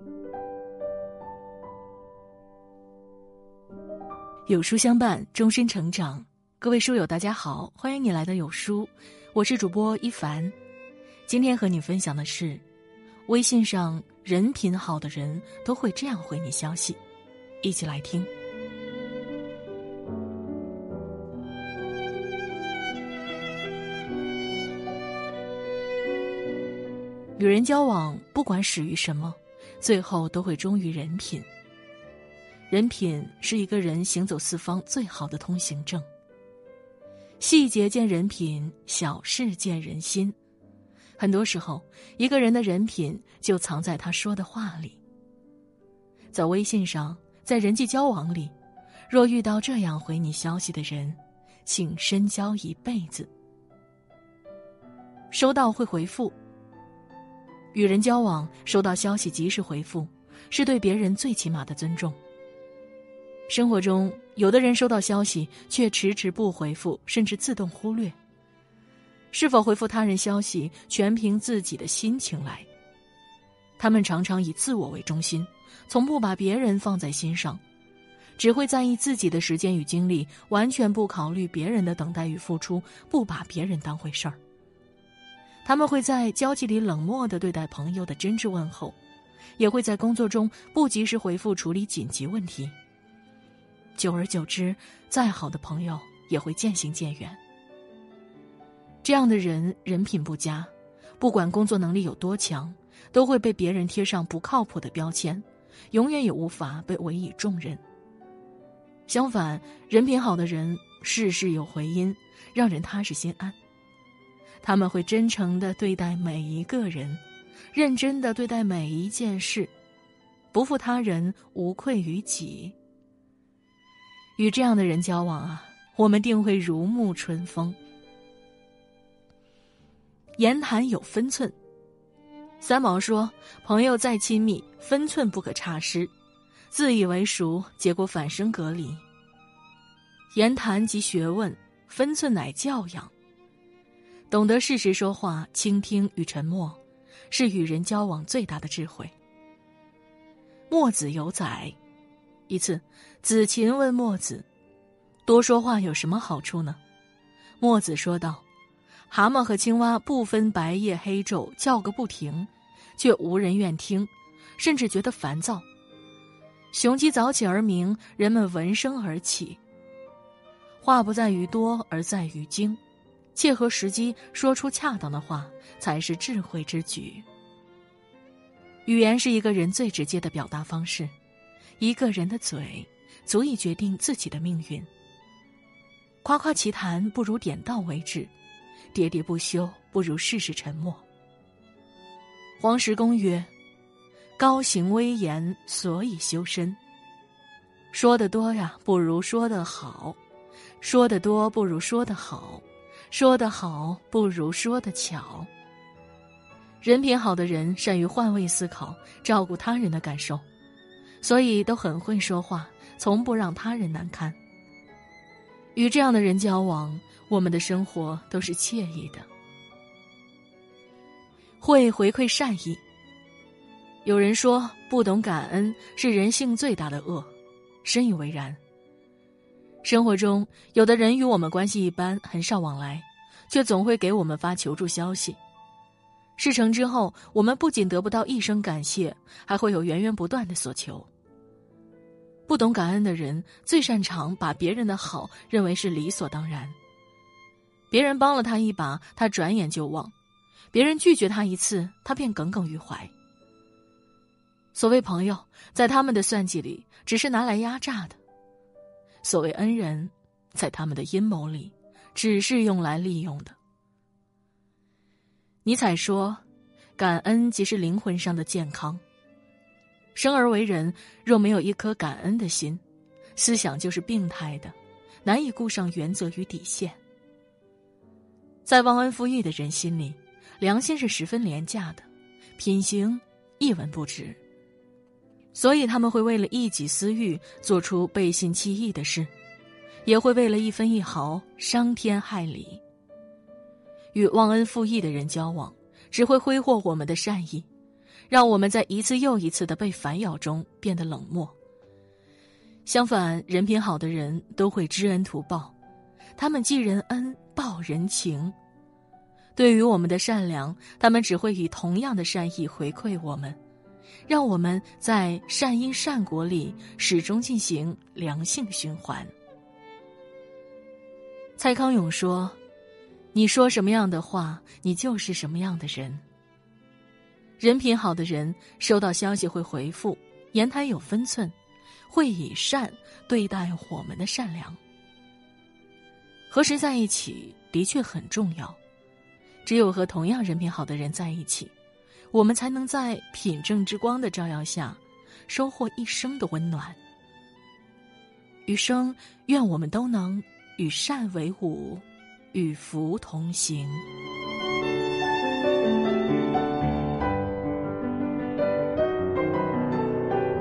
有书相伴，终身成长。各位书友大家好，欢迎你来到有书，我是主播一凡。今天和你分享的是，微信上人品好的人都会这样回你消息，一起来听。与人交往，不管始于什么，最后都会忠于人品。人品是一个人行走四方最好的通行证。细节见人品，小事见人心。很多时候，一个人的人品就藏在他说的话里。在微信上，在人际交往里，若遇到这样回你消息的人，请深交一辈子。收到会回复。与人交往，收到消息及时回复，是对别人最起码的尊重。生活中，有的人收到消息却迟迟不回复，甚至自动忽略。是否回复他人消息，全凭自己的心情来。他们常常以自我为中心，从不把别人放在心上，只会在意自己的时间与精力，完全不考虑别人的等待与付出，不把别人当回事儿。他们会在交际里冷漠地对待朋友的真挚问候，也会在工作中不及时回复处理紧急问题。久而久之，再好的朋友也会渐行渐远。这样的人人品不佳，不管工作能力有多强，都会被别人贴上不靠谱的标签，永远也无法被委以重任。相反，人品好的人事事有回音，让人踏实心安。他们会真诚地对待每一个人，认真地对待每一件事，不负他人，无愧于己。与这样的人交往啊，我们定会如沐春风。言谈有分寸。三毛说，朋友再亲密，分寸不可差失，自以为熟，结果反生隔离。言谈即学问，分寸乃教养。懂得适时说话，倾听与沉默，是与人交往最大的智慧。墨子有载，一次，子禽问墨子，多说话有什么好处呢？墨子说道，蛤蟆和青蛙不分白夜黑昼，叫个不停，却无人愿听，甚至觉得烦躁。雄鸡早起而鸣，人们闻声而起。话不在于多，而在于精，切合时机，说出恰当的话，才是智慧之举。语言是一个人最直接的表达方式，一个人的嘴足以决定自己的命运。夸夸其谈不如点到为止，喋喋不休不如事事沉默。黄石公曰，高行威严，所以修身。说得多呀，不如说得好；说得多不如说得好；说得好不如说得巧。人品好的人善于换位思考，照顾他人的感受，所以都很会说话，从不让他人难堪。与这样的人交往，我们的生活都是惬意的。会回馈善意。有人说，不懂感恩是人性最大的恶，深以为然。生活中，有的人与我们关系一般，很少往来，却总会给我们发求助消息。事成之后，我们不仅得不到一声感谢，还会有源源不断的所求。不懂感恩的人，最擅长把别人的好认为是理所当然。别人帮了他一把，他转眼就忘；别人拒绝他一次，他便耿耿于怀。所谓朋友，在他们的算计里，只是拿来压榨的；所谓恩人，在他们的阴谋里，只是用来利用的。尼采说，感恩即是灵魂上的健康。生而为人，若没有一颗感恩的心，思想就是病态的，难以顾上原则与底线。在忘恩负义的人心里，良心是十分廉价的，品行一文不值。所以他们会为了一己私欲做出背信弃义的事，也会为了一分一毫伤天害理。与忘恩负义的人交往，只会挥霍我们的善意， 让我们在一次又一次的被反咬中变得冷漠。相反，人品好的人都会知恩图报，他们记人恩，报人情。对于我们的善良，他们只会以同样的善意回馈我们，让我们在善因善果里始终进行良性循环。蔡康永说，你说什么样的话，你就是什么样的人。人品好的人收到消息会回复，言谈有分寸，会以善对待我们的善良。和谁在一起的确很重要，只有和同样人品好的人在一起，我们才能在品正之光的照耀下收获一生的温暖。余生愿我们都能与善为伍，与福同行。